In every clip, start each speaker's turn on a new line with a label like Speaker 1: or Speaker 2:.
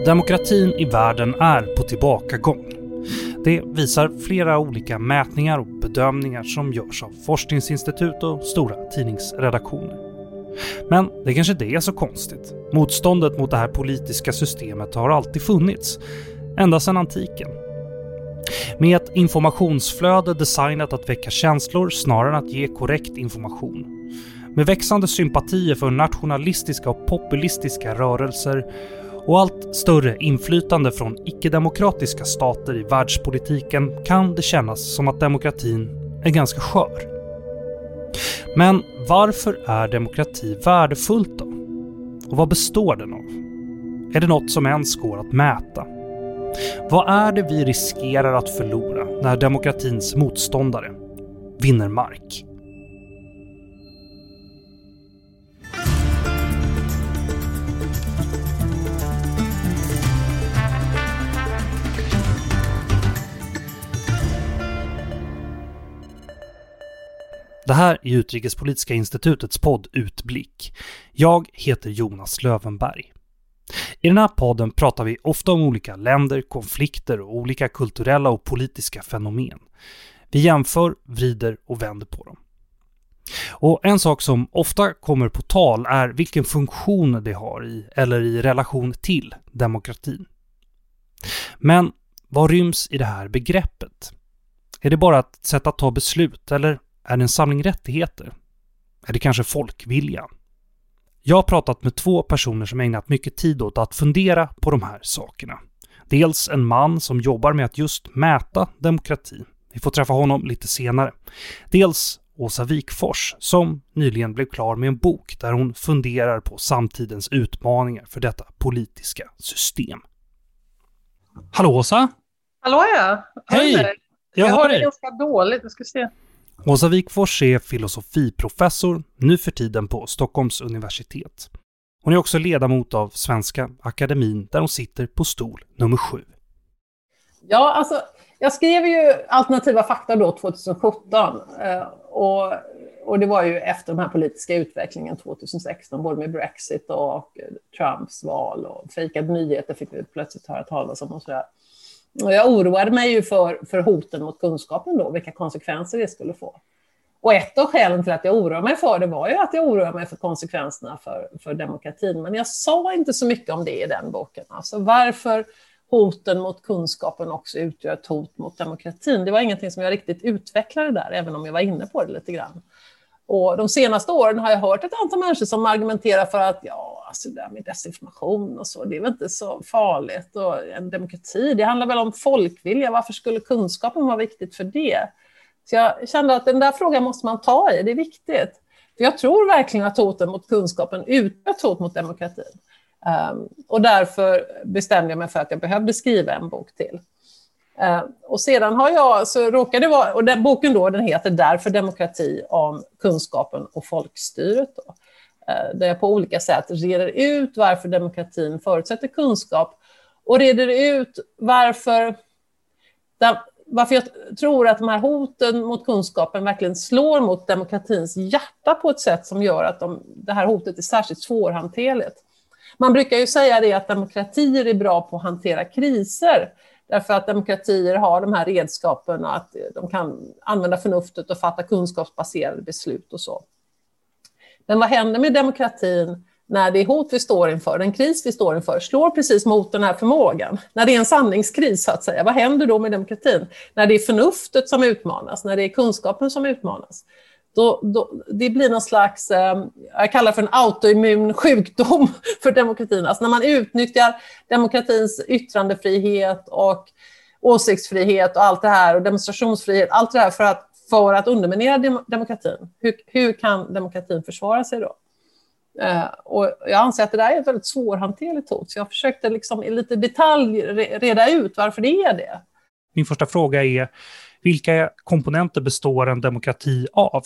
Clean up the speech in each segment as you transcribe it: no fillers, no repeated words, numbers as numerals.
Speaker 1: Demokratin i världen är på tillbakagång. Det visar flera olika mätningar och bedömningar som görs av forskningsinstitut och stora tidningsredaktioner. Men det kanske inte är så konstigt. Motståndet mot det här politiska systemet har alltid funnits, ända sedan antiken. Med ett informationsflöde designat att väcka känslor snarare än att ge korrekt information. Med växande sympatier för nationalistiska och populistiska rörelser och allt större inflytande från icke-demokratiska stater i världspolitiken kan det kännas som att demokratin är ganska skör. Men varför är demokrati värdefullt då? Och vad består den av? Är det något som ens går att mäta? Vad är det vi riskerar att förlora när demokratins motståndare vinner mark? Det här är Utrikespolitiska institutets podd Utblick. Jag heter Jonas Lövenberg. I den här podden pratar vi ofta om olika länder, konflikter och olika kulturella och politiska fenomen. Vi jämför, vrider och vänder på dem. Och en sak som ofta kommer på tal är vilken funktion det har i relation till demokratin. Men vad ryms i det här begreppet? Är det bara ett sätt att ta beslut eller är det en samling rättigheter? Är det kanske folkvilja? Jag har pratat med två personer som ägnat mycket tid åt att fundera på de här sakerna. Dels en man som jobbar med att just mäta demokrati. Vi får träffa honom lite senare. Dels Åsa Wikfors som nyligen blev klar med en bok där hon funderar på samtidens utmaningar för detta politiska system. Hallå Åsa!
Speaker 2: Hallå ja!
Speaker 1: Hej!
Speaker 2: Jag hör det ganska dåligt, jag ska se.
Speaker 1: Åsa Wikfors är filosofiprofessor nu för tiden på Stockholms universitet. Hon är också ledamot av Svenska Akademin där hon sitter på stol nummer 7.
Speaker 2: Ja, alltså jag skrev ju Alternativa fakta då 2017 och det var ju efter den här politiska utvecklingen 2016 både med Brexit och Trumps val och fejkade nyheter fick vi plötsligt höra talas om och sådär. Och jag oroade mig ju för hoten mot kunskapen då, vilka konsekvenser det skulle få. Och ett av skälen till att jag oroade mig för det var ju att jag oroade mig för konsekvenserna för demokratin. Men jag sa inte så mycket om det i den boken. Alltså varför hoten mot kunskapen också utgör ett hot mot demokratin. Det var ingenting som jag riktigt utvecklade där, även om jag var inne på det lite grann. Och de senaste åren har jag hört ett antal människor som argumenterar för att alltså det där med desinformation och så, det är väl inte så farligt. Och en demokrati, det handlar väl om folkvilja. Varför skulle kunskapen vara viktigt för det? Så jag kände att den där frågan måste man ta i, det är viktigt. För jag tror verkligen att hoten mot kunskapen utgör ett hot mot demokratin. Och därför bestämde jag mig för att jag behövde skriva en bok till. Och sedan har jag, så råkade det vara, och den boken då, den heter Därför demokrati, om kunskapen och folkstyret då. Där jag på olika sätt reder ut varför demokratin förutsätter kunskap och reder ut varför jag tror att de här hoten mot kunskapen verkligen slår mot demokratins hjärta på ett sätt som gör att det här hotet är särskilt svårhanterligt. Man brukar ju säga det att demokratier är bra på att hantera kriser. Därför att demokratier har de här redskapen att de kan använda förnuftet och fatta kunskapsbaserade beslut och så. Men vad händer med demokratin när det hot vi står inför, den kris vi står inför, slår precis mot den här förmågan? När det är en sanningskris så att säga, vad händer då med demokratin? När det är förnuftet som utmanas, när det är kunskapen som utmanas. Det blir någon slags, jag kallar det för en autoimmun sjukdom för demokratin. Alltså när man utnyttjar demokratins yttrandefrihet och åsiktsfrihet och allt det här och demonstrationsfrihet, allt det här för att underminera demokratin. Hur kan demokratin försvara sig då? Och jag anser att det där är ett väldigt svårhanterligt hot. Så jag försökte liksom i lite detalj reda ut varför det är det.
Speaker 1: Min första fråga är, vilka komponenter består en demokrati av?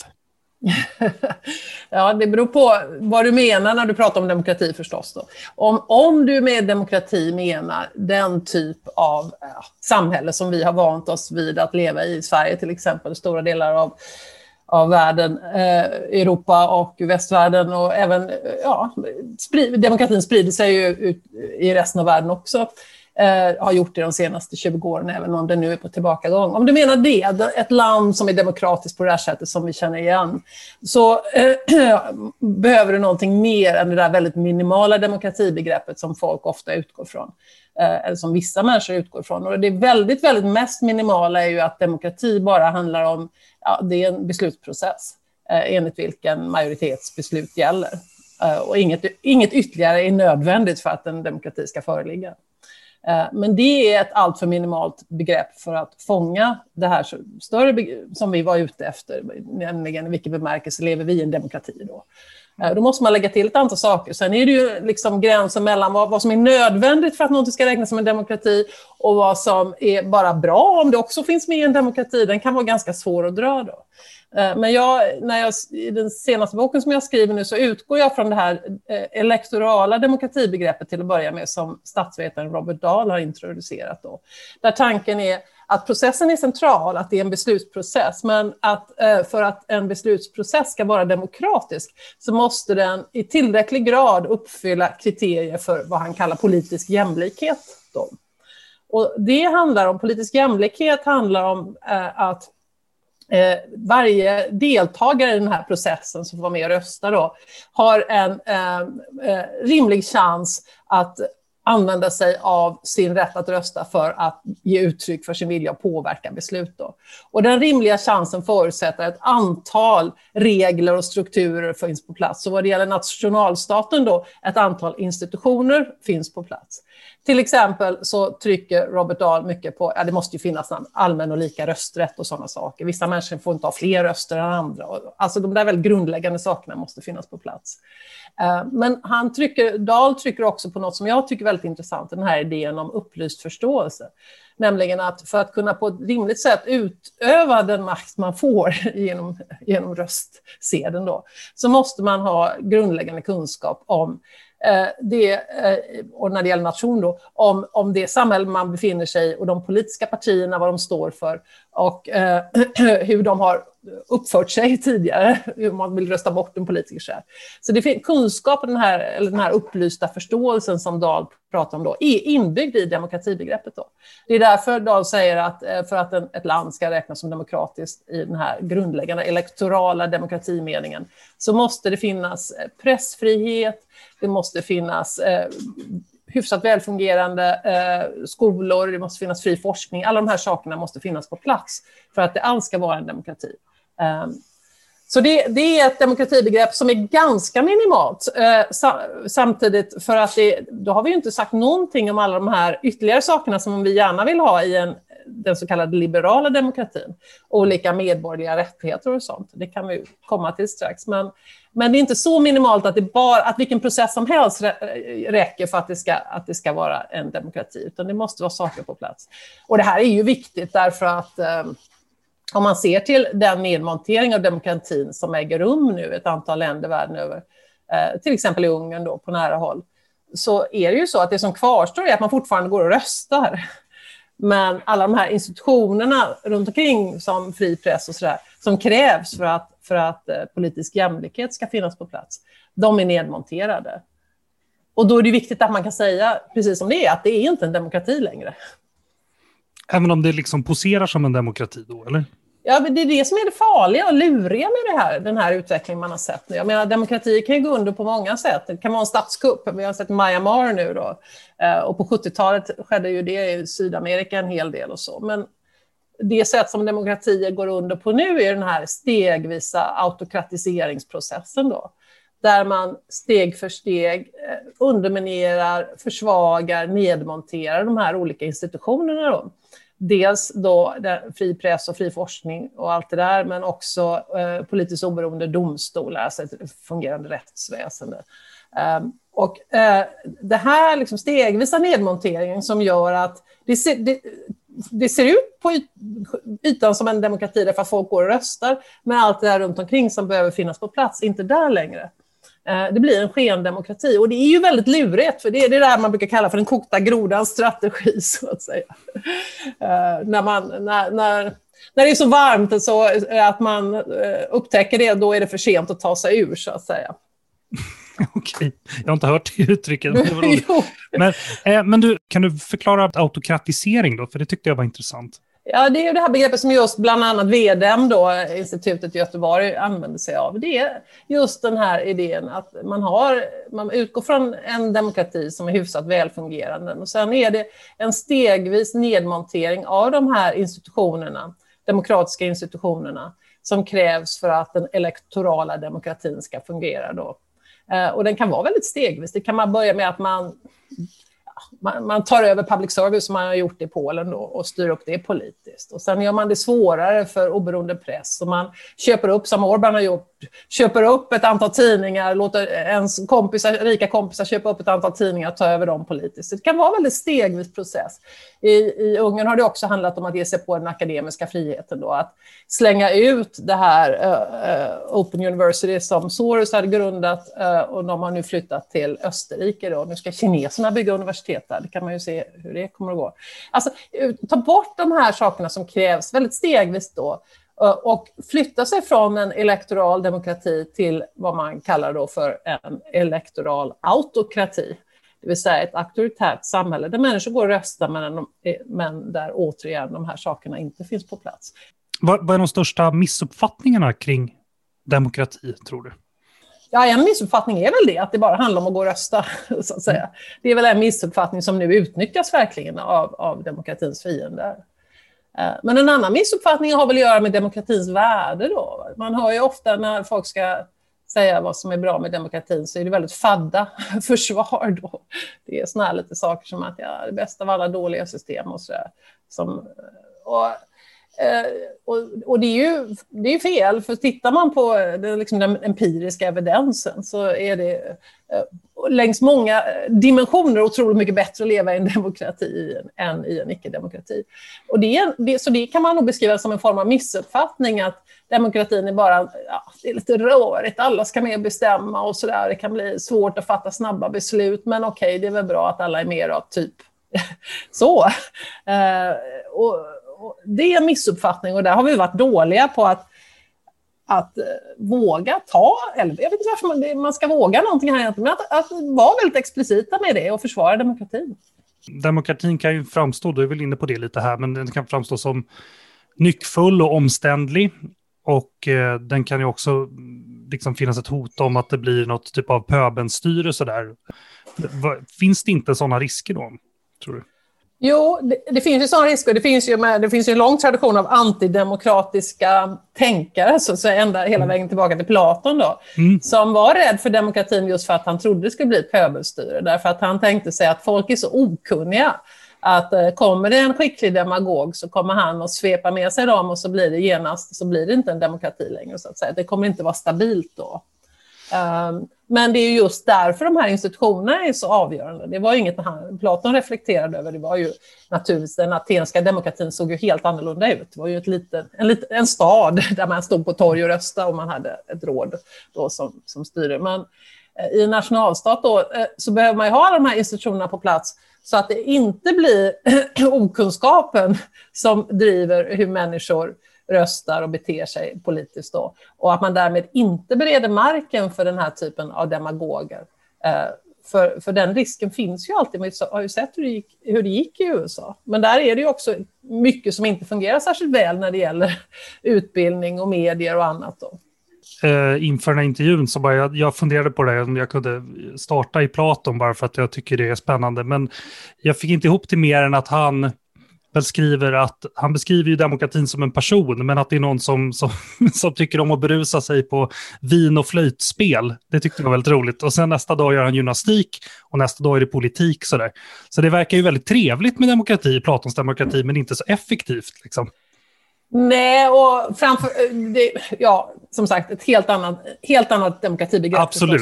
Speaker 2: Ja, det beror på vad du menar när du pratar om demokrati förstås då. Om du med demokrati menar den typ av samhälle som vi har vant oss vid att leva i Sverige till exempel, stora delar av världen, Europa och västvärlden, och även demokratin sprider sig ju ut i resten av världen också. Har gjort det de senaste 20 åren, även om det nu är på tillbakagång. Om du menar det, ett land som är demokratiskt på det här sättet som vi känner igen, så behöver du någonting mer än det där väldigt minimala demokratibegreppet som folk ofta utgår från. Eller som vissa människor utgår från. Och det väldigt, väldigt mest minimala är ju att demokrati bara handlar om, det är en beslutsprocess enligt vilken majoritetsbeslut gäller. Och inget ytterligare är nödvändigt för att en demokrati ska föreligga. Men det är ett allt för minimalt begrepp för att fånga det här större som vi var ute efter, nämligen i vilken bemärkelse lever vi i en demokrati då. Då måste man lägga till ett antal saker. Sen är det ju liksom gränsen mellan vad som är nödvändigt för att något ska räknas som en demokrati och vad som är bara bra om det också finns med i en demokrati. Den kan vara ganska svår att dra då. Men i den senaste boken som jag skriver nu så utgår jag från det här elektorala demokratibegreppet till att börja med, som statsvetaren Robert Dahl har introducerat då. Där tanken är att processen är central, att det är en beslutsprocess, men att för att en beslutsprocess ska vara demokratisk så måste den i tillräcklig grad uppfylla kriterier för vad han kallar politisk jämlikhet då. Och det handlar om, politisk jämlikhet handlar om att varje deltagare i den här processen som får vara med och rösta då, har en rimlig chans att använda sig av sin rätt att rösta för att ge uttryck för sin vilja att påverka beslut då. Och den rimliga chansen förutsätter ett antal regler och strukturer finns på plats. Så vad det gäller nationalstaten då, ett antal institutioner finns på plats. Till exempel så trycker Robert Dahl mycket på att det måste ju finnas allmän och lika rösträtt och sådana saker. Vissa människor får inte ha fler röster än andra. Alltså de där väldigt grundläggande sakerna måste finnas på plats. Men Dahl trycker också på något som jag tycker är väldigt intressant, den här idén om upplyst förståelse. Nämligen att för att kunna på ett rimligt sätt utöva den makt man får genom röstsedeln då, så måste man ha grundläggande kunskap om det, och när det gäller nation då, om det samhälle man befinner sig i och de politiska partierna, vad de står för och hur de har uppfört sig tidigare, hur man vill rösta bort en politiker. Så det finns kunskap, den här upplysta förståelsen som Dahl pratar om då, är inbyggd i demokratibegreppet då. Det är därför Dahl säger att för att ett land ska räknas som demokratiskt i den här grundläggande elektorala demokratimeningen så måste det finnas pressfrihet, det måste finnas hyfsat välfungerande skolor, det måste finnas fri forskning. Alla de här sakerna måste finnas på plats för att det alls ska vara en demokrati. Så det är ett demokratibegrepp som är ganska minimalt. Samtidigt, för att då har vi ju inte sagt någonting om alla de här ytterligare sakerna som vi gärna vill ha i den så kallade liberala demokratin. Olika medborgerliga rättigheter och sånt. Det kan vi komma till strax. Men det är inte så minimalt att vilken process som helst räcker för att det ska vara en demokrati. Utan det måste vara saker på plats. Och det här är ju viktigt därför att om man ser till den nedmontering av demokratin som äger rum nu i ett antal länder världen över, till exempel i Ungern då, på nära håll, så är det ju så att det som kvarstår är att man fortfarande går och röstar. Men alla de här institutionerna runt omkring som fri press och sådär, som krävs för att politisk jämlikhet ska finnas på plats, de är nedmonterade. Och då är det viktigt att man kan säga, precis som det är, att det är inte en demokrati längre.
Speaker 1: Även om det liksom poserar som en demokrati då, eller?
Speaker 2: Ja, men det är det som är det farliga och luriga med den här utvecklingen man har sett nu. Jag menar, demokrati kan ju gå under på många sätt. Det kan vara en statskupp. Vi har sett Myanmar nu då. Och på 70-talet skedde ju det i Sydamerika en hel del och så. Men det sätt som demokratier går under på nu är den här stegvisa autokratiseringsprocessen då. Där man steg för steg underminerar, försvagar, nedmonterar de här olika institutionerna då. Dels då fri press och fri forskning och allt det där, men också politiskt oberoende domstolar, alltså ett fungerande rättsväsende. Och det här liksom stegvisa nedmonteringen som gör att det ser ut på ytan som en demokrati därför att folk går och röstar, men allt det där runt omkring som behöver finnas på plats, inte där längre. Det blir en skendemokrati och det är ju väldigt lurigt, för det är det där man brukar kalla för den kokta grodans strategi så att säga. När när det är så varmt så att man upptäcker det, då är det för sent att ta sig ur, så att säga.
Speaker 1: Okej, jag har inte hört det uttrycket. Men du, kan du förklara autokratisering då? För det tyckte jag var intressant.
Speaker 2: Ja, det är ju det här begreppet som just bland annat VDM då, institutet i Göteborg, använder sig av. Det är just den här idén att man utgår från en demokrati som är hyfsat välfungerande. Och sen är det en stegvis nedmontering av de här institutionerna, demokratiska institutionerna, som krävs för att den elektorala demokratin ska fungera då. Och den kan vara väldigt stegvis. Det kan man börja med att man tar över public service som man har gjort i Polen då, och styr upp det politiskt. Och sen gör man det svårare för oberoende press. Och man köper upp, som Orbán har gjort, köper upp ett antal tidningar, låter ens rika kompisar köpa upp ett antal tidningar och ta över dem politiskt. Det kan vara en väldigt stegvis process. I Ungern har det också handlat om att ge sig på den akademiska friheten då, att slänga ut det här Open University som Soros hade grundat, och de har nu flyttat till Österrike då. Nu ska kineserna bygga universitet där. Det kan man ju se hur det kommer att gå. Alltså, ta bort de här sakerna som krävs väldigt stegvis då, och flytta sig från en elektoral demokrati till vad man kallar då för en elektoral autokrati. Det vill säga ett auktoritärt samhälle där människor går och röstar, men där återigen de här sakerna inte finns på plats.
Speaker 1: Vad är de största missuppfattningarna kring demokrati, tror du?
Speaker 2: Ja, en missuppfattning är väl det, att det bara handlar om att gå och rösta, så att säga. Det är väl en missuppfattning som nu utnyttjas verkligen av demokratins fiender. Men en annan missuppfattning har väl att göra med demokratins värde då. Man hör ju ofta när folk ska säga vad som är bra med demokratin, så är det väldigt fadda försvar då. Det är såna här lite saker som att det bästa av alla dåliga system och sådär. Och det är ju fel, för tittar man på den empiriska evidensen så är det längs många dimensioner otroligt mycket bättre att leva i en demokrati än i en icke-demokrati. Och det kan man nog beskriva som en form av missuppfattning, att demokratin är bara, det är lite rörigt, alla ska med och bestämma och sådär, det kan bli svårt att fatta snabba beslut, men okej, det är väl bra att alla är med då, typ. Så. Och det är en missuppfattning, och där har vi varit dåliga på att våga ta, eller jag vet inte varför man ska våga någonting här egentligen, men att vara väldigt explicita med det och försvara demokratin.
Speaker 1: Demokratin kan ju framstå, du är väl inne på det lite här, men den kan framstå som nyckfull och omständlig, och den kan ju också liksom finnas ett hot om att det blir något typ av pöbelstyre sådär. Finns det inte sådana risker då, tror du?
Speaker 2: Jo, det finns ju sådana risker. Det finns ju en lång tradition av antidemokratiska tänkare, så ända hela vägen tillbaka till Platon då, som var rädd för demokratin just för att han trodde det skulle bli ett pöbelstyre. Därför att han tänkte sig att folk är så okunniga att kommer det en skicklig demagog så kommer han att svepa med sig dem, och så blir det genast, så blir det inte en demokrati längre, så att säga. Det kommer inte vara stabilt då. Men det är ju just därför de här institutionerna är så avgörande. Det var ju inget Platon reflekterade över. Det var ju naturligtvis, den atenska demokratin såg ju helt annorlunda ut. Det var ju en stad där man stod på torg och röstade, och man hade ett råd då som styrde. Men i en nationalstat då, så behöver man ju ha de här institutionerna på plats, så att det inte blir okunskapen som driver hur människor röstar och beter sig politiskt då. Och att man därmed inte bereder marken för den här typen av demagoger. För den risken finns ju alltid. Man har ju sett hur det gick i USA. Men där är det ju också mycket som inte fungerar särskilt väl när det gäller utbildning och medier och annat då.
Speaker 1: Inför den här intervjun så bara jag funderade på det, om jag kunde starta i Platon bara för att jag tycker det är spännande. Men jag fick inte ihop till mer än att han beskriver ju demokratin som en person, men att det är någon som tycker om att berusa sig på vin och flöjtspel. Det tyckte jag var väldigt roligt. Och sen nästa dag gör han gymnastik, och nästa dag är det politik sådär. Så det verkar ju väldigt trevligt med demokrati, Platons demokrati, men inte så effektivt liksom.
Speaker 2: Nej, och som sagt, ett helt annat demokratibegrepp.
Speaker 1: Absolut.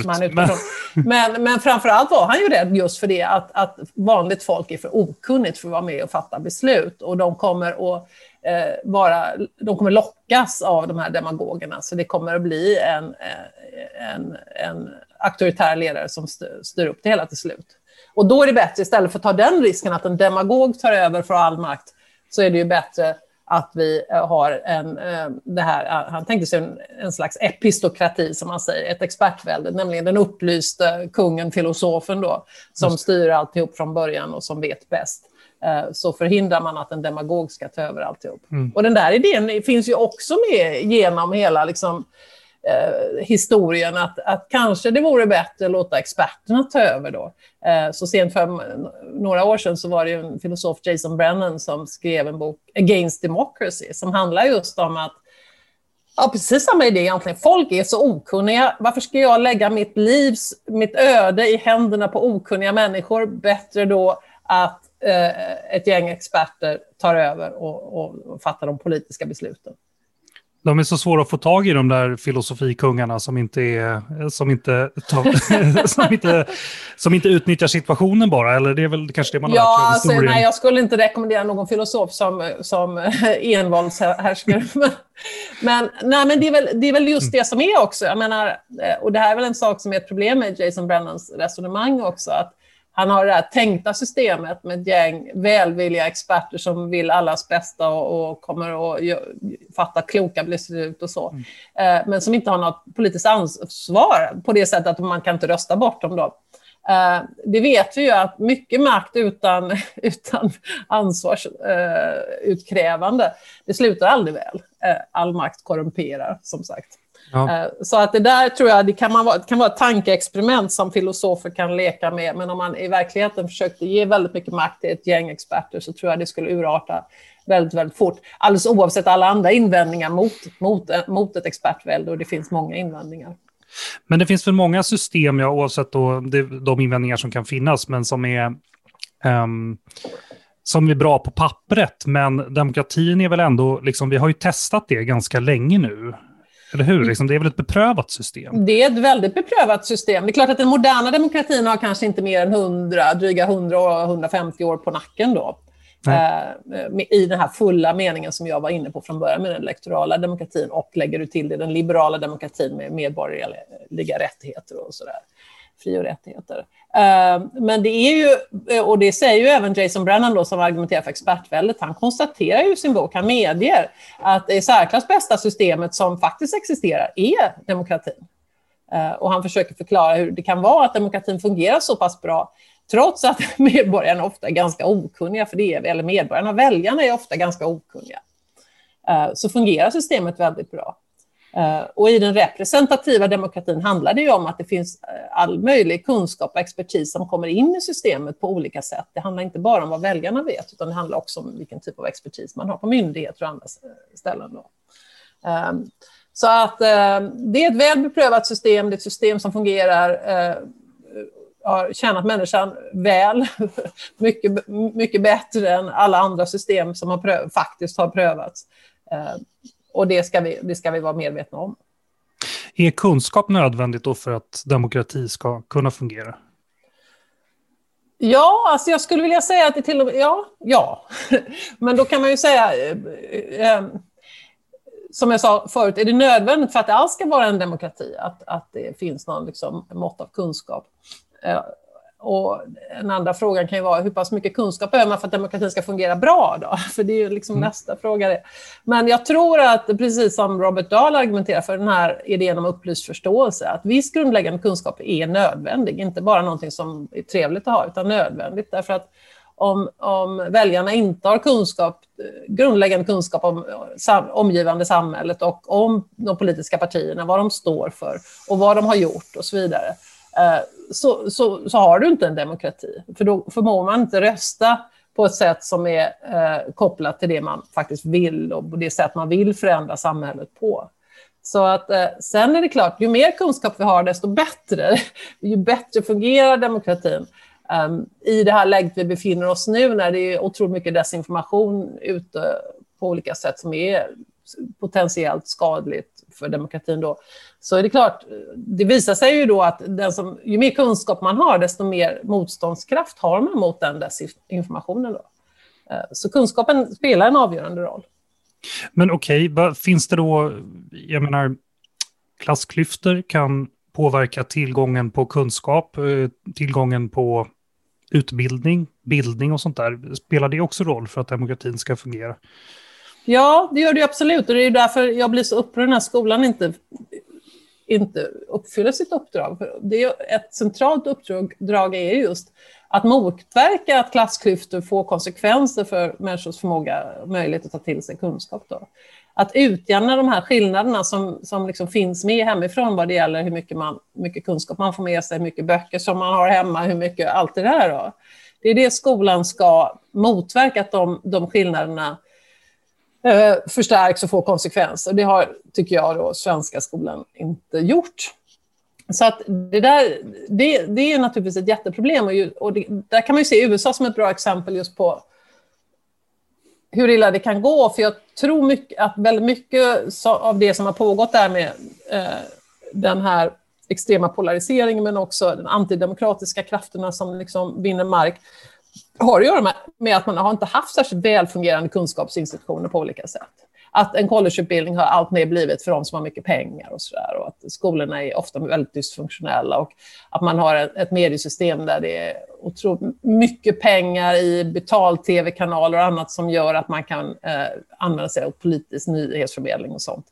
Speaker 2: Men framförallt var han ju rädd just för det, att vanligt folk är för okunnigt för att vara med och fatta beslut, och de kommer lockas av de här demagogerna, så det kommer att bli en auktoritär ledare som styr upp det hela till slut. Och då är det bättre, istället för att ta den risken att en demagog tar över för all makt, så är det ju bättre att vi har han tänkte sig en slags epistokrati som man säger, ett expertvälde, nämligen den upplyste kungen, filosofen då, som styr alltihop från början och som vet bäst. Så förhindrar man att en demagog ska ta över alltihop. Och den där idén finns ju också med genom hela liksom, historien att kanske det vore bättre att låta experterna ta över då. Så sent för några år sedan så var det ju en filosof, Jason Brennan, som skrev en bok Against Democracy, som handlar just om att precis samma idé egentligen. Folk är så okunniga. Varför ska jag lägga mitt öde i händerna på okunniga människor? Bättre då att ett gäng experter tar över och fattar de politiska besluten.
Speaker 1: De är så svåra att få tag i, de där filosofikungarna som inte utnyttjar situationen bara, eller det är väl kanske det man har lärt sig av historien.
Speaker 2: Nej, jag skulle inte rekommendera någon filosof som envåldshärskare. men det är väl just det som är också. Jag menar, och det här är väl en sak som är ett problem med Jason Brennans resonemang också, att han har det här tänkta systemet med ett gäng välvilliga experter som vill allas bästa och kommer att fatta kloka beslut och så. Men som inte har något politiskt ansvar på det sättet att man kan inte rösta bort dem då. Det vet vi ju att mycket makt utan ansvarsutkrävande, det slutar aldrig väl. All makt korrumperar, som sagt. Ja. Så att det där tror jag det kan vara ett tankeexperiment som filosofer kan leka med, men om man i verkligheten försökte ge väldigt mycket makt till ett gäng experter så tror jag det skulle urarta väldigt, väldigt fort. Alldeles oavsett alla andra invändningar mot ett expertvälde, och det finns många invändningar.
Speaker 1: Men det finns väl många system, oavsett då, de invändningar som kan finnas, men som är bra på pappret, men demokratin är väl ändå, liksom, vi har ju testat det ganska länge nu. Eller hur? Liksom, det är väl ett beprövat system? Det är ett väldigt beprövat system. Det är klart att den moderna demokratin har kanske inte mer än dryga 100-150 år på nacken då. I den här fulla meningen som jag var inne på från början med den elektorala demokratin, och lägger du till det den liberala demokratin med medborgerliga rättigheter och sådär. Fri- och rättigheter. Men det är ju, och det säger ju även Jason Brennan då, som argumenterar för expertväldet, han konstaterar ju i sin bok, han medger att det särklass bästa systemet som faktiskt existerar är demokratin. Och han försöker förklara hur det kan vara att demokratin fungerar så pass bra trots att medborgarna ofta är ganska okunniga, för det är, eller medborgarna, väljarna är ofta ganska okunniga. Så fungerar systemet väldigt bra. Och i den representativa demokratin handlar det ju om att det finns all möjlig kunskap och expertis som kommer in i systemet på olika sätt. Det handlar inte bara om vad väljarna vet, utan det handlar också om vilken typ av expertis man har på myndigheter och andra ställen då. Så att det är ett väl beprövat system, det är ett system som fungerar, har tjänat människan väl, mycket bättre än alla andra system som faktiskt har prövats. Och det ska vi vara medvetna om. Är kunskap nödvändigt då för att demokrati ska kunna fungera?
Speaker 2: Ja, alltså jag skulle vilja säga att det till och med, ja. Men då kan man ju säga, som jag sa förut, är det nödvändigt för att det alls ska vara en demokrati att det finns någon liksom mått av kunskap? Och en andra frågan kan ju vara hur pass mycket kunskap behöver man för att demokratin ska fungera bra då? För det är ju liksom nästa fråga. Men jag tror att, precis som Robert Dahl argumenterar för den här idén om upplyst förståelse, att viss grundläggande kunskap är nödvändig, inte bara någonting som är trevligt att ha, utan nödvändigt. Därför att om väljarna inte har grundläggande kunskap om omgivande samhället och om de politiska partierna, vad de står för och vad de har gjort och så vidare, så har du inte en demokrati. För då förmår man inte rösta på ett sätt som är kopplat till det man faktiskt vill och det sätt man vill förändra samhället på. Så att sen är det klart, ju mer kunskap vi har desto bättre. Ju bättre fungerar demokratin. I det här läget vi befinner oss nu, när det är otroligt mycket desinformation ute på olika sätt som är potentiellt skadligt för demokratin då, så är det klart, det visar sig ju då att ju mer kunskap man har, desto mer motståndskraft har man mot den desinformationen då. Så kunskapen spelar en avgörande roll.
Speaker 1: Men okej, finns det då, jag menar, klassklyftor kan påverka tillgången på kunskap, tillgången på utbildning, bildning och sånt där. Spelar det också roll för att demokratin ska fungera?
Speaker 2: Ja, det gör det absolut. Och det är därför jag blir så upprörd när skolan inte uppfyller sitt uppdrag. För det är ett centralt uppdrag är just att motverka att klassklyftor får konsekvenser för människors förmåga och möjlighet att ta till sig kunskap. Då. Att utjämna de här skillnaderna som liksom finns med hemifrån vad det gäller hur mycket kunskap man får med sig, hur mycket böcker som man har hemma, hur mycket allt det där. Då. Det är det skolan ska motverka, att de skillnaderna förstärks och får konsekvenser. Det har, tycker jag, då, svenska skolan inte gjort. Så att det är naturligtvis ett jätteproblem. Och där kan man ju se USA som ett bra exempel just på hur illa det kan gå. För jag tror att väldigt mycket av det som har pågått där med den här extrema polariseringen, men också den antidemokratiska krafterna som liksom vinner mark, har att göra med att man har inte haft särskilt välfungerande kunskapsinstitutioner på olika sätt. Att en collegeutbildning har allt mer blivit för de som har mycket pengar och sådär, och att skolorna är ofta väldigt dysfunktionella, och att man har ett mediesystem där det är otroligt mycket pengar i betal-tv-kanaler och annat som gör att man kan använda sig av politisk nyhetsförmedling och sånt.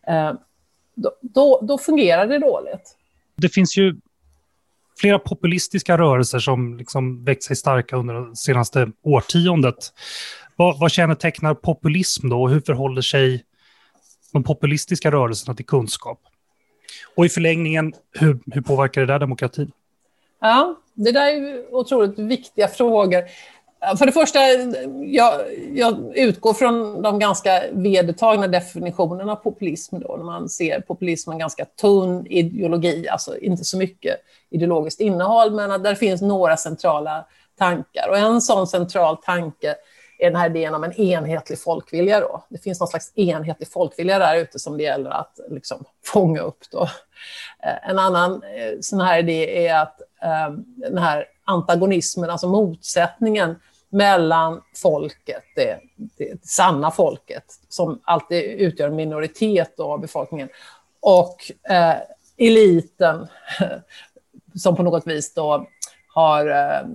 Speaker 2: Då fungerar det dåligt.
Speaker 1: Det finns ju flera populistiska rörelser som liksom växt sig starka under det senaste årtiondet. Vad kännetecknar populism då, och hur förhåller sig de populistiska rörelserna till kunskap? Och i förlängningen, hur påverkar det där demokratin?
Speaker 2: Ja, det där är ju otroligt viktiga frågor. För det första, jag utgår från de ganska vedertagna definitionerna av populism då, när man ser populism som en ganska tunn ideologi, alltså inte så mycket ideologiskt innehåll, men att där finns några centrala tankar. Och en sån central tanke är den här idén om en enhetlig folkvilja då. Det finns någon slags enhetlig folkvilja där ute som det gäller att liksom fånga upp då. En annan sån här idé är att den här antagonismen, alltså motsättningen mellan folket, det sanna folket, som alltid utgör en minoritet av befolkningen, och eliten som på något vis då har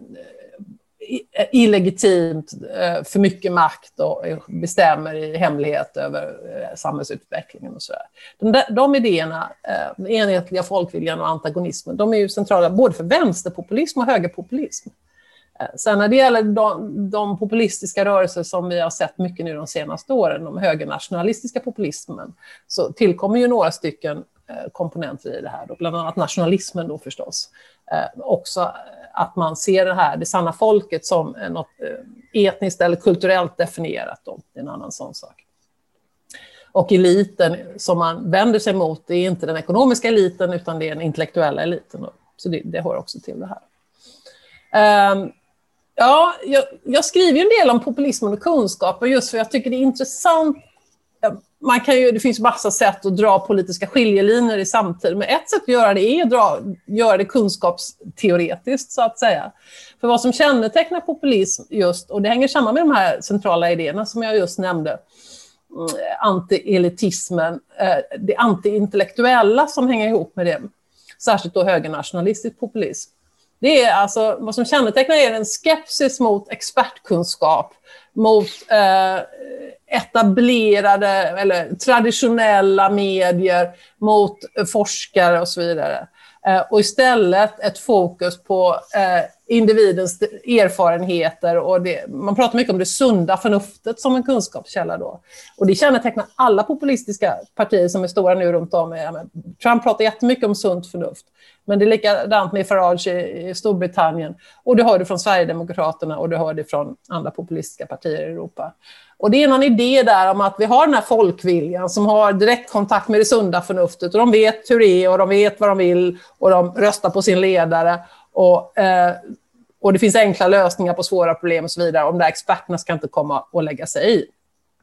Speaker 2: illegitimt för mycket makt och bestämmer i hemlighet över samhällsutvecklingen och sådär. De idéerna, den enhetliga folkviljan och antagonismen, de är ju centrala både för vänsterpopulism och högerpopulism. Sen när det gäller de populistiska rörelser som vi har sett mycket nu de senaste åren, de högernationalistiska populismen, så tillkommer ju några stycken komponenter i det här då, bland annat nationalismen då förstås. Också att man ser det sanna folket som något etniskt eller kulturellt definierat då. Det är en annan sån sak. Och eliten som man vänder sig mot, det är inte den ekonomiska eliten utan det är den intellektuella eliten då. Så det hör också till det här. Jag skriver ju en del om populismen och kunskap, och just för jag tycker det är intressant. Det finns massa sätt att dra politiska skiljelinjer i samtiden, men ett sätt att göra det är att göra det kunskapsteoretiskt så att säga. För vad som kännetecknar populism just, och det hänger samman med de här centrala idéerna som jag just nämnde, anti-elitismen, det anti-intellektuella som hänger ihop med det, särskilt då högernationalistisk populism. Det är alltså, vad som kännetecknar är en skepsis mot expertkunskap, mot etablerade eller traditionella medier, mot forskare och så vidare. Och istället ett fokus på individens erfarenheter, och man pratar mycket om det sunda förnuftet som en kunskapskälla då. Och det kännetecknar alla populistiska partier som är stora nu runt om. Trump pratar jättemycket om sunt förnuft, men det är likadant med Farage i Storbritannien, och du hör det från Sverigedemokraterna och du hör det från andra populistiska partier i Europa. Och det är någon idé där om att vi har den här folkviljan som har direkt kontakt med det sunda förnuftet, och de vet hur det är och de vet vad de vill och de röstar på sin ledare, och det finns enkla lösningar på svåra problem och så vidare. Om de där experterna ska inte komma och lägga sig i.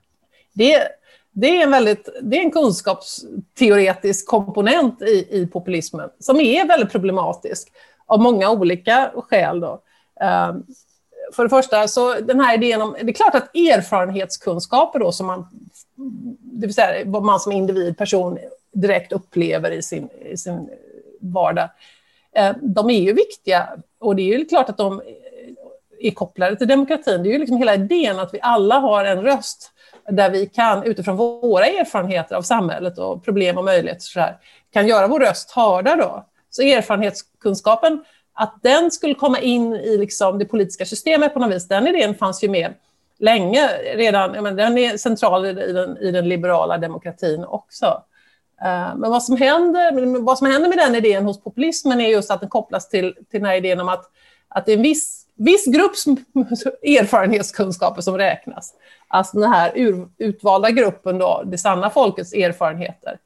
Speaker 2: Det är en kunskapsteoretisk komponent i populismen som är väldigt problematisk av många olika skäl då. För det första så den här idén om, det är klart att erfarenhetskunskaper då som det vill säga vad man som individ, person direkt upplever i sin vardag, de är ju viktiga, och det är ju klart att de är kopplade till demokratin. Det är ju liksom hela idén att vi alla har en röst där vi kan utifrån våra erfarenheter av samhället och problem och möjligheter så här, kan göra vår röst hörda då. Så erfarenhetskunskapen, att den skulle komma in i liksom det politiska systemet på något vis, den idén fanns ju med länge redan. Den är central i den liberala demokratin också. Men vad som händer med den idén hos populismen är just att den kopplas till den här idén om att det är en viss grupps erfarenhetskunskaper som räknas. Alltså den här utvalda gruppen då, det sanna folkets erfarenheter.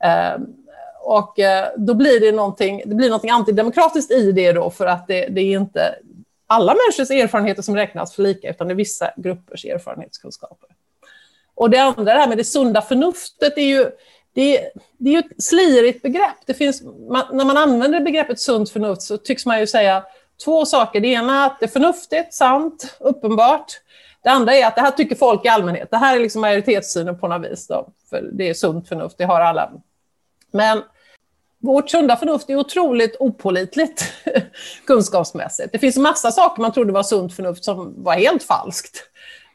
Speaker 2: Och då blir det någonting antidemokratiskt i det då, för att det är inte alla människors erfarenheter som räknas för lika, utan det är vissa gruppers erfarenhetskunskaper. Och det andra, det här med det sunda förnuftet, det är ju ett slirigt begrepp. När man använder begreppet sunt förnuft så tycks man ju säga två saker. Det ena är att det är förnuftigt, sant, uppenbart. Det andra är att det här tycker folk i allmänhet. Det här är liksom majoritetssynen på något vis då, för det är sunt förnuft, det har alla. Men vårt sunda förnuft är otroligt opålitligt kunskapsmässigt. Det finns en massa saker man trodde var sunt förnuft som var helt falskt.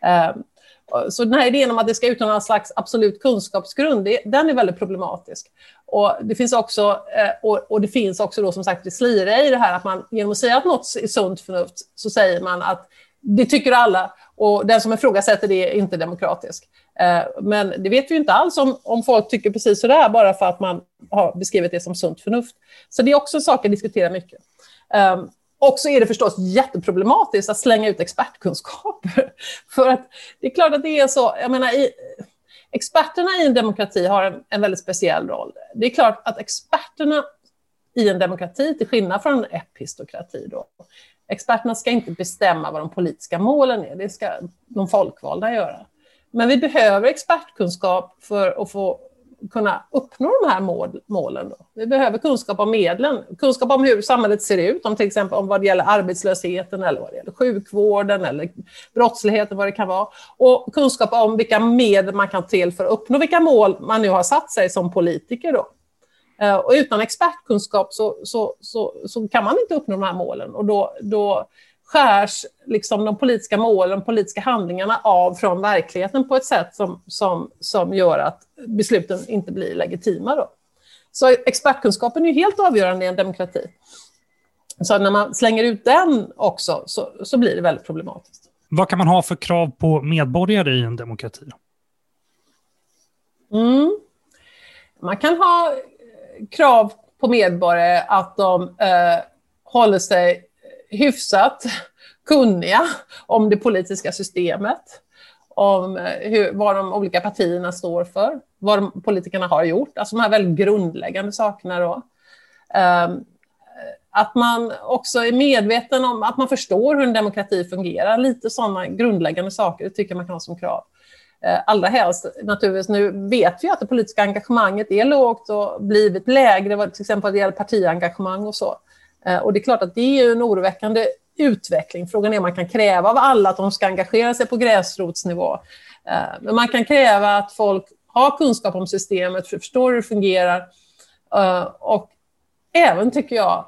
Speaker 2: Så den här idén om att det ska utgöra någon slags absolut kunskapsgrund, den är väldigt problematisk. Och det finns också då som sagt det slira i det här att man genom att säga att något är sunt förnuft så säger man att det tycker alla och den som ifrågasätter det är inte demokratisk. Men det vet vi ju inte alls om folk tycker precis så där bara för att man har beskrivit det som sunt förnuft. Så det är också en sak att diskutera mycket. Och så är det förstås jätteproblematiskt att slänga ut expertkunskaper. För att det är klart att det är så, jag menar, experterna i en demokrati har en väldigt speciell roll. Det är klart att experterna i en demokrati, till skillnad från en epistokrati då, experterna ska inte bestämma vad de politiska målen är, det ska de folkvalda göra. Men vi behöver expertkunskap för att kunna uppnå de här målen. Då. Vi behöver kunskap om medlen, kunskap om hur samhället ser ut, om till exempel om vad det gäller arbetslösheten eller vad det gäller sjukvården eller brottsligheten, vad det kan vara. Och kunskap om vilka medel man kan till för att uppnå vilka mål man nu har satt sig som politiker då. Och utan expertkunskap så kan man inte uppnå de här målen och då skärs liksom de politiska målen, de politiska handlingarna av från verkligheten på ett sätt som gör att besluten inte blir legitima då. Så expertkunskapen är ju helt avgörande i en demokrati. Så när man slänger ut den också så blir det väldigt problematiskt.
Speaker 1: Vad kan man ha för krav på medborgare i en demokrati?
Speaker 2: Man kan ha krav på medborgare att de håller sig hyfsat kunniga om det politiska systemet, om vad de olika partierna står för, vad politikerna har gjort, alltså de här väldigt grundläggande sakerna då. Att man också är medveten om att man förstår hur en demokrati fungerar, lite sådana grundläggande saker, det tycker man kan ha som krav. Allra helst, naturligtvis, nu vet vi att det politiska engagemanget är lågt och blivit lägre, till exempel det gäller partiengagemang och så. Och det är klart att det är en oroväckande utveckling. Frågan är om man kan kräva av alla att de ska engagera sig på gräsrotsnivå. Men man kan kräva att folk har kunskap om systemet, förstår hur det fungerar. Och även, tycker jag,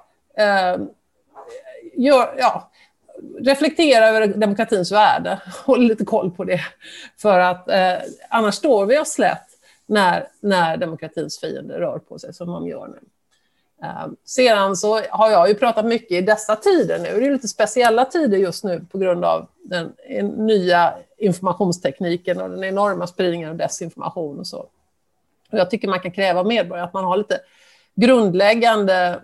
Speaker 2: reflektera över demokratins värde. Håll lite koll på det. För att annars står vi oss slätt när demokratins fiender rör på sig som de gör nu. Sedan så har jag ju pratat mycket i dessa tider nu. Det är lite speciella tider just nu på grund av den nya informationstekniken och den enorma spridningen av desinformation och så. Och jag tycker man kan kräva av medborgare att man har lite grundläggande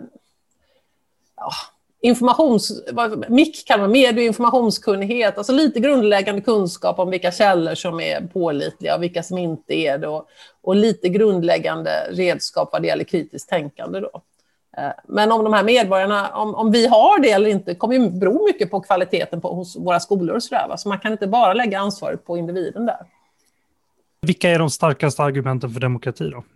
Speaker 2: medie- och informationskunnighet, alltså lite grundläggande kunskap om vilka källor som är pålitliga och vilka som inte är det, och lite grundläggande redskap vad det gäller kritiskt tänkande då. Men om de här medborgarna, om vi har det eller inte, kommer ju bero mycket på kvaliteten hos våra skolor och sådär, så man kan inte bara lägga ansvaret på individen där.
Speaker 1: Vilka är de starkaste argumenten för demokrati då?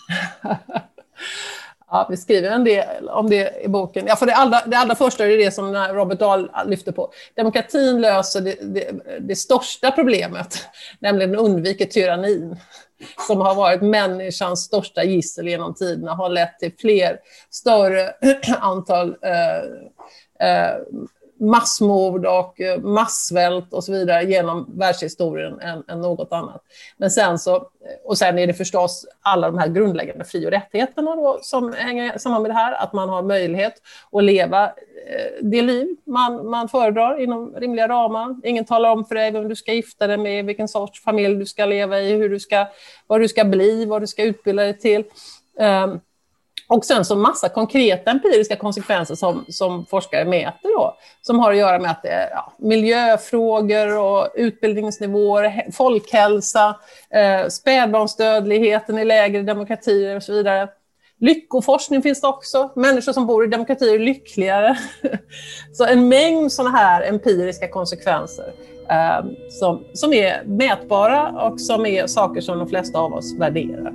Speaker 2: Ja, vi skriver en del om det i boken. Ja, för det allra första är det som Robert Dahl lyfter på. Demokratin löser det största problemet, nämligen undviker tyrannin, som har varit människans största gissel genom tiderna, har lett till större antal massmord och massvält och så vidare genom världshistorien än något annat. Men sen är det förstås alla de här grundläggande fri- och rättigheterna då, som hänger samman med det här, att man har möjlighet att leva det liv man föredrar inom rimliga ramar. Ingen talar om för dig vem du ska gifta dig med, vilken sorts familj du ska leva i, vad du ska bli, vad du ska utbilda dig till. Och sen så massa konkreta empiriska konsekvenser som forskare mäter då, som har att göra med att miljöfrågor och utbildningsnivåer, folkhälsa, spädbarnsdödligheten i lägre demokratier och så vidare. Lyckoforskning finns det också. Människor som bor i demokratier är lyckligare. Så en mängd sådana här empiriska konsekvenser som är mätbara och som är saker som de flesta av oss värderar.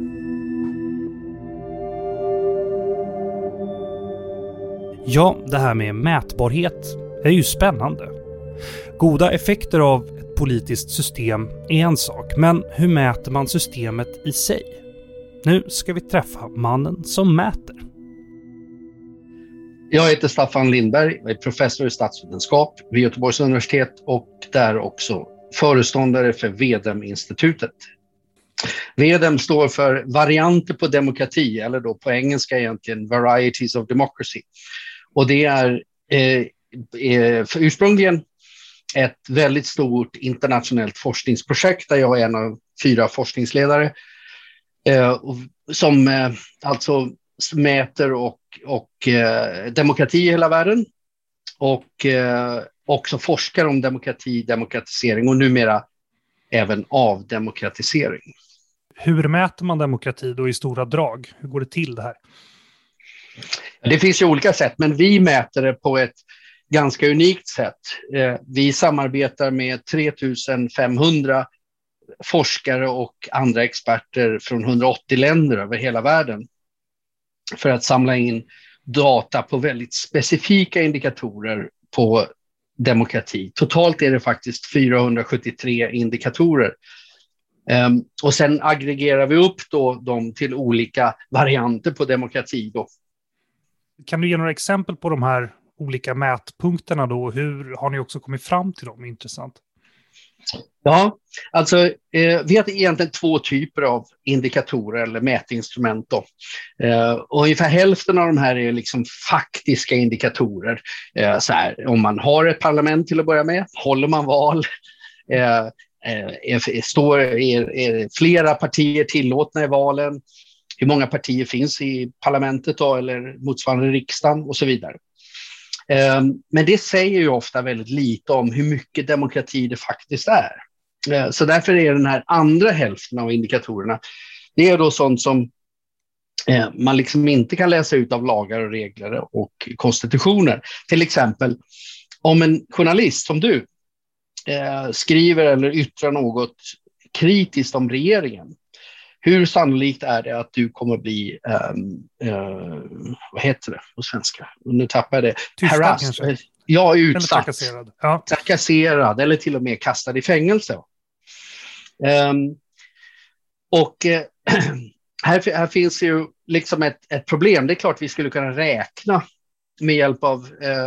Speaker 1: Ja, det här med mätbarhet är ju spännande. Goda effekter av ett politiskt system är en sak, men hur mäter man systemet i sig? Nu ska vi träffa mannen som mäter.
Speaker 3: Jag heter Staffan Lindberg, jag är professor i statsvetenskap vid Göteborgs universitet och där också föreståndare för VEDEM-institutet. VEDEM står för varianter på demokrati, eller då på engelska egentligen varieties of democracy. Och det är ursprungligen ett väldigt stort internationellt forskningsprojekt där jag är en av 4 forskningsledare som alltså mäter och demokrati i hela världen och också forskar om demokrati, demokratisering och numera även avdemokratisering.
Speaker 1: Hur mäter man demokrati då i stora drag? Hur går det till det här?
Speaker 3: Det finns ju olika sätt, men vi mäter det på ett ganska unikt sätt. Vi samarbetar med 3500 forskare och andra experter från 180 länder över hela världen för att samla in data på väldigt specifika indikatorer på demokrati. Totalt är det faktiskt 473 indikatorer. Och sen aggregerar vi upp då dem till olika varianter på demokrati då.
Speaker 1: Kan du ge några exempel på de här olika mätpunkterna då? Hur har ni också kommit fram till dem? Intressant.
Speaker 3: Ja, alltså vi har egentligen 2 typer av indikatorer eller mätinstrument då. Ungefär hälften av de här är liksom faktiska indikatorer. Så här, om man har ett parlament till att börja med, håller man val, är flera partier tillåtna i valen, hur många partier finns i parlamentet då, eller motsvarande riksdagen och så vidare. Men det säger ju ofta väldigt lite om hur mycket demokrati det faktiskt är. Så därför är den här andra hälften av indikatorerna, det är då sånt som man liksom inte kan läsa ut av lagar och regler och konstitutioner. Till exempel om en journalist som du skriver eller yttrar något kritiskt om regeringen. Hur sannolikt är det att du kommer bli, vad heter det på svenska? Nu tappar jag det. Harassed. Ja, utsatt. Trakasserad eller till och med kastad i fängelse. Här finns ju liksom ett problem. Det är klart vi skulle kunna räkna med hjälp av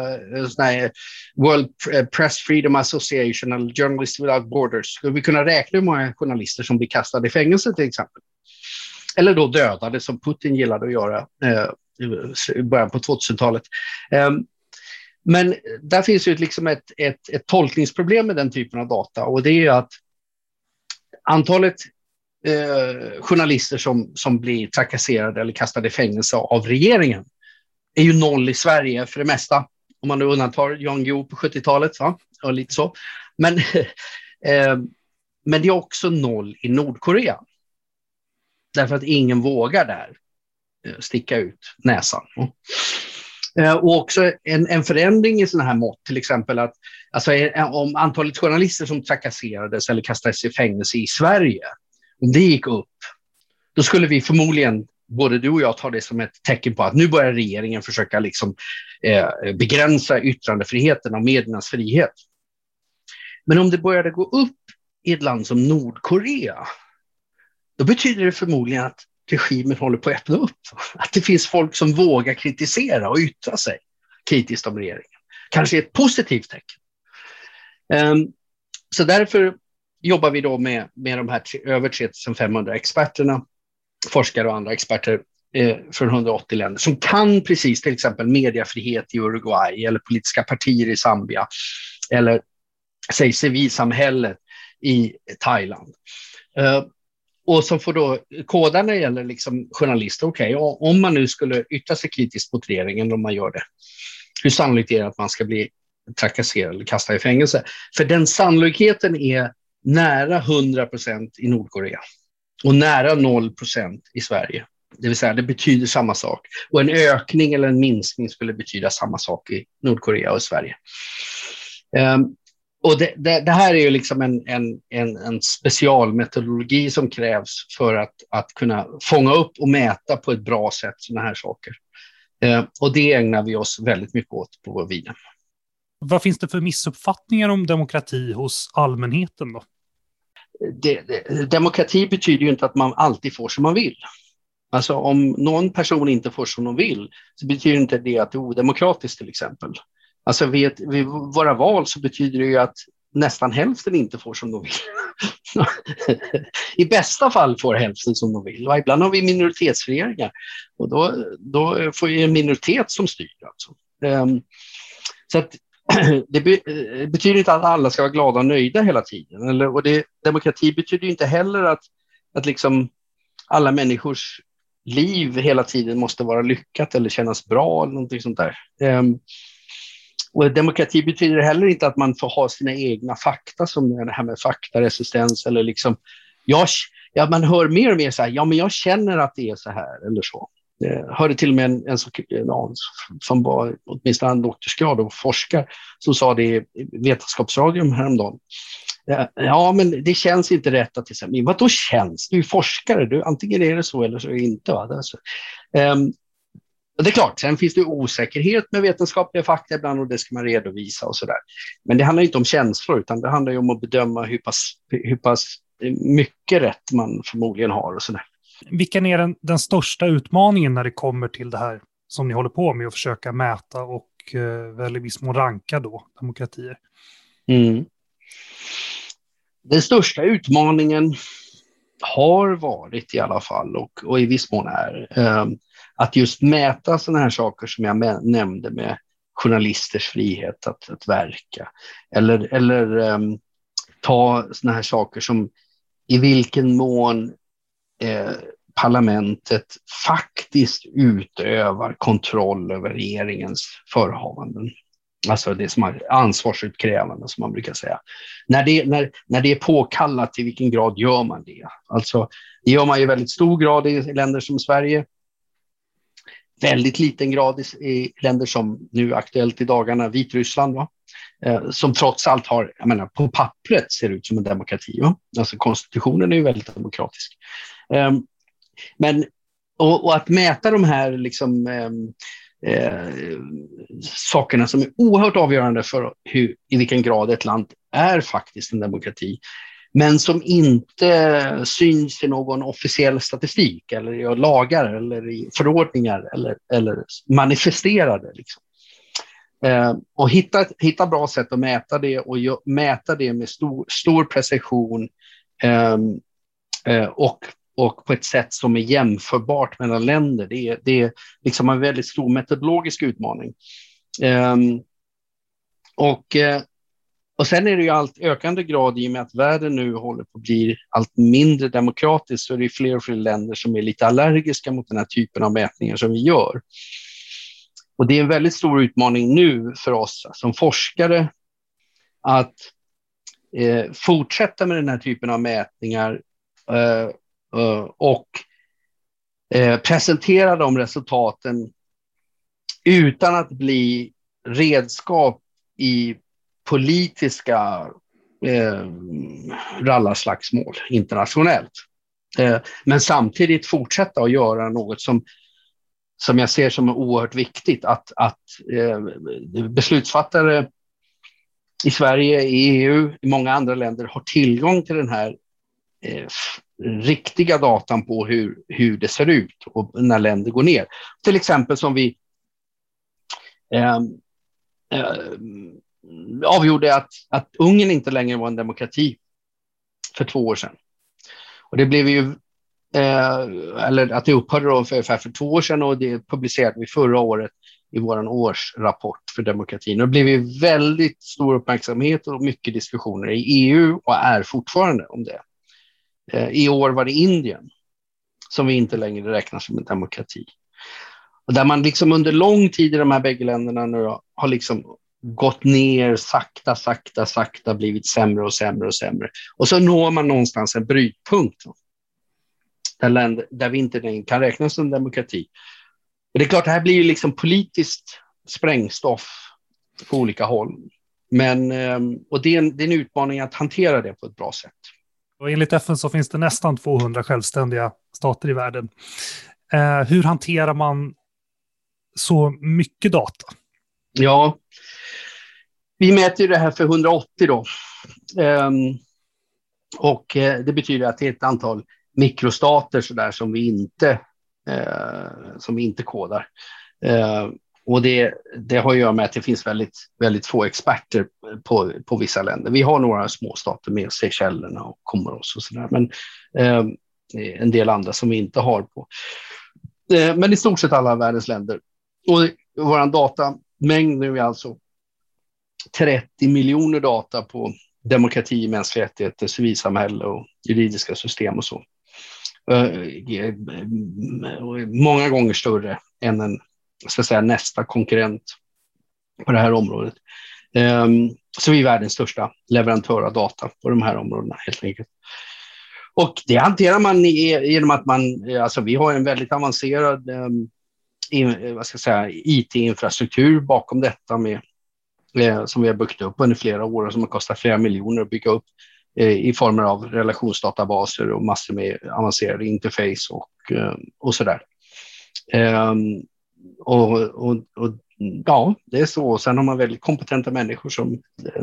Speaker 3: World Press Freedom Association eller Journalists Without Borders. Skulle vi kunna räkna hur många journalister som blir kastade i fängelse till exempel. Eller då dödade som Putin gillade att göra i början på 2000-talet. Men där finns ju liksom ett tolkningsproblem med den typen av data, och det är att antalet journalister som blir trakasserade eller kastade i fängelse av regeringen är ju 0 i Sverige för det mesta. Om man nu undantar Jan Guillou på 70-talet, och lite så. Men det är också 0 i Nordkorea. Därför att ingen vågar där sticka ut näsan. Och också en förändring i sådana här mått, till exempel att alltså, om antalet journalister som trakasserades eller kastades i fängelse i Sverige, om det gick upp, då skulle vi förmodligen, både du och jag, ta det som ett tecken på att nu börjar regeringen försöka liksom, begränsa yttrandefriheten och mediernas frihet. Men om det började gå upp i ett land som Nordkorea, då betyder det förmodligen att regimen håller på att öppna upp. Att det finns folk som vågar kritisera och yttra sig kritiskt om regeringen. kanske ett positivt tecken. Så därför jobbar vi då med de här över 3500 experterna, forskare och andra experter från 180 länder som kan precis till exempel mediefrihet i Uruguay eller politiska partier i Zambia eller säg civilsamhället i Thailand. Och som får då koda när det gäller liksom journalister. Okej, om man nu skulle yttra sig kritiskt mot regeringen, om man gör det, hur sannolikt är det att man ska bli trakasserad eller kastad i fängelse? För den sannolikheten är nära 100% i Nordkorea och nära 0% i Sverige. Det vill säga, det betyder samma sak. Och en ökning eller en minskning skulle betyda samma sak i Nordkorea och Sverige. Och det här är ju liksom en specialmetodologi som krävs för att kunna fånga upp och mäta på ett bra sätt sådana här saker. Och det ägnar vi oss väldigt mycket åt på vår vida.
Speaker 1: Vad finns det för missuppfattningar om demokrati hos allmänheten då?
Speaker 3: Demokrati betyder ju inte att man alltid får som man vill. Alltså om någon person inte får som de vill så betyder inte det att det är odemokratiskt till exempel. Alltså vid våra val så betyder det ju att nästan hälften inte får som de vill. I bästa fall får hälften som de vill. Och ibland har vi minoritetsregeringar. Och då får vi en minoritet som styr. Alltså. Så att det betyder inte att alla ska vara glada och nöjda hela tiden. Och demokrati betyder inte heller att liksom alla människors liv hela tiden måste vara lyckat eller kännas bra eller någonting sånt där. Och demokrati betyder heller inte att man får ha sina egna fakta, som det här med faktaresistens eller liksom, man hör mer och mer så här, ja men jag känner att det är så här eller så. Jag hörde till och med en som var åtminstone en doktorsgrad och forskare som sa det i Vetenskapsradion häromdagen. Ja, men det känns inte rätt att säga, men vad då känns? Du är forskare, antingen är det så eller så är det inte. Va? Det är klart, sen finns det osäkerhet med vetenskapliga fakta ibland och det ska man redovisa och sådär. Men det handlar inte om känslor utan det handlar ju om att bedöma hur pass mycket rätt man förmodligen har och sådär.
Speaker 1: Vilken är den största utmaningen när det kommer till det här som ni håller på med att försöka mäta och väl i viss mån ranka då demokratier?
Speaker 3: Den största utmaningen har varit i alla fall och i viss mån är att just mäta sådana här saker som jag nämnde med journalisters frihet att verka. Eller ta sådana här saker som i vilken mån parlamentet faktiskt utövar kontroll över regeringens förehavanden. Alltså det som är ansvarsutkrävande som man brukar säga. När det är påkallat, i vilken grad gör man det? Alltså det gör man i väldigt stor grad i länder som Sverige. Väldigt liten grad i länder som nu aktuellt i dagarna, Vitryssland, va? Som trots allt har, jag menar, på pappret ser ut som en demokrati. Va? Alltså konstitutionen är ju väldigt demokratisk. Men och att mäta de här liksom, sakerna som är oerhört avgörande för i vilken grad ett land är faktiskt en demokrati, men som inte syns i någon officiell statistik eller i lagar eller i förordningar eller manifesterade. Liksom. Och hitta bra sätt att mäta det och mäta det med stor precision och på ett sätt som är jämförbart mellan länder. Det är liksom en väldigt stor metodologisk utmaning. Och sen är det ju allt ökande grad i och med att världen nu håller på att bli allt mindre demokratisk, så är det fler och fler länder som är lite allergiska mot den här typen av mätningar som vi gör. Och det är en väldigt stor utmaning nu för oss som forskare att fortsätta med den här typen av mätningar och presentera de resultaten utan att bli redskap i politiska rallarslagsmål internationellt. Men samtidigt fortsätta att göra något som jag ser som oerhört viktigt, att beslutsfattare i Sverige, i EU, i många andra länder har tillgång till den här riktiga datan på hur det ser ut och när länder går ner. Till exempel som vi avgjorde att Ungern inte längre var en demokrati för 2 år sedan. Och det blev ju, eller att det upphörde då för 2 år sedan, och det publicerade vi förra året i vår årsrapport för demokratin. Och det blev ju väldigt stor uppmärksamhet och mycket diskussioner i EU och är fortfarande om det. I år var det Indien som vi inte längre räknar som en demokrati. Och där man liksom under lång tid i de här bägge länderna nu har liksom gått ner sakta, blivit sämre och sämre. Och så når man någonstans en brytpunkt där vi inte längre kan räknas som demokrati. Och det är klart, det här blir ju liksom politiskt sprängstoff på olika håll. Men, och det är en utmaning att hantera det på ett bra sätt.
Speaker 1: Och enligt FN så finns det nästan 200 självständiga stater i världen. Hur hanterar man så mycket data?
Speaker 3: Ja, vi mäter ju det här för 180 då. Och det betyder att det är ett antal mikrostater så där som vi inte kodar. Och det har att göra med att det finns väldigt, väldigt få experter på vissa länder. Vi har några småstater med Seychellerna och Comoros och sådär, men en del andra som vi inte har på. Men i stort sett alla världens länder. Och vår datamängd nu är alltså 30 miljoner data på demokrati, mänskliga rättigheter, civilsamhälle och juridiska system och så. Många gånger större än en, ska säga, nästa konkurrent på det här området. Så vi är världens största leverantör av data på de här områdena helt enkelt. Och det hanterar man genom att vi har en väldigt avancerad IT-infrastruktur bakom detta som vi har byggt upp under flera år och som har kostat flera miljoner att bygga upp i former av relationsdatabaser och massor med avancerade interface och sådär. Ja, det är så. Sen har man väldigt kompetenta människor som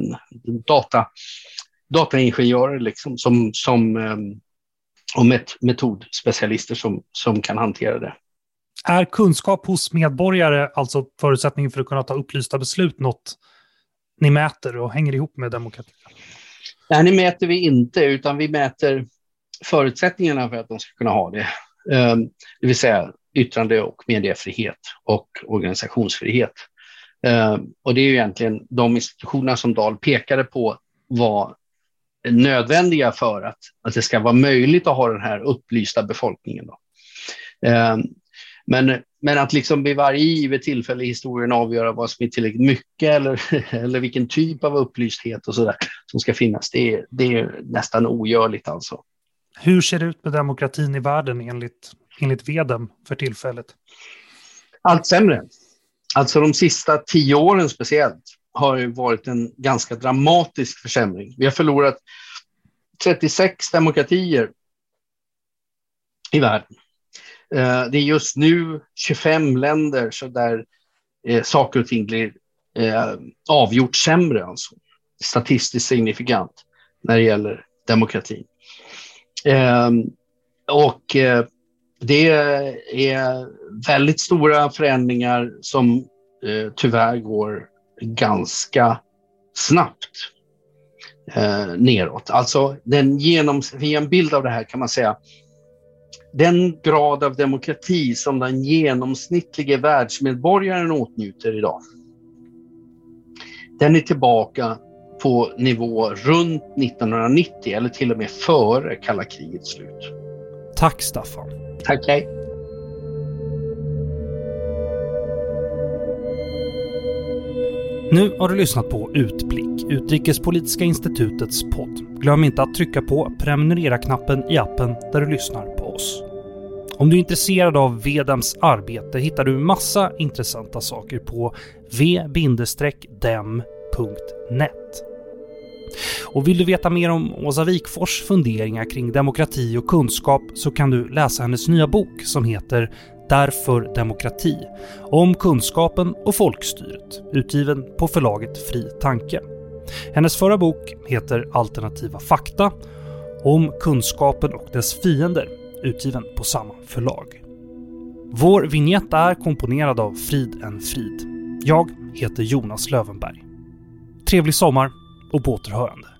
Speaker 3: dataingenjörer liksom, och metodspecialister som kan hantera det.
Speaker 1: Är kunskap hos medborgare alltså förutsättningen för att kunna ta upplysta beslut något ni mäter och hänger ihop med demokrati?
Speaker 3: Nej, det mäter vi inte, utan vi mäter förutsättningarna för att de ska kunna ha det. Det vill säga yttrande- och mediefrihet och organisationsfrihet. Och det är ju egentligen de institutioner som Dahl pekade på var nödvändiga för att det ska vara möjligt att ha den här upplysta befolkningen då. Men att liksom vid varje givet tillfälle i historien avgöra vad som är tillräckligt mycket eller vilken typ av upplysthet och sådär som ska finnas, det är nästan ogörligt alltså.
Speaker 1: Hur ser det ut med demokratin i världen enligt VEDEM för tillfället?
Speaker 3: Allt sämre. Alltså de sista 10 åren speciellt har ju varit en ganska dramatisk försämring. Vi har förlorat 36 demokratier i världen. Det är just nu 25 länder så där saker och ting blir avgjort sämre, alltså statistiskt signifikant när det gäller demokratin. Det är väldigt stora förändringar som tyvärr går ganska snabbt neråt. Alltså via en bild av det här kan man säga den grad av demokrati som den genomsnittliga världsmedborgaren åtnjuter idag, den är tillbaka på nivå runt 1990 eller till och med före kalla krigets slut.
Speaker 1: Tack Staffan.
Speaker 3: Tack, hej.
Speaker 1: Nu har du lyssnat på Utblick, Utrikespolitiska institutets podd. Glöm inte att trycka på prenumerera-knappen i appen där du lyssnar på oss. Om du är intresserad av VEDEMs arbete hittar du massa intressanta saker på v-dem.net. Och vill du veta mer om Åsa Wikfors funderingar kring demokrati och kunskap så kan du läsa hennes nya bok som heter Därför demokrati, om kunskapen och folkstyret, utgiven på förlaget Fri Tanke. Hennes förra bok heter Alternativa fakta, om kunskapen och dess fiender, utgiven på samma förlag. Vår vignett är komponerad av Frid en Frid. Jag heter Jonas Lövenberg. Trevlig sommar och på återhörande.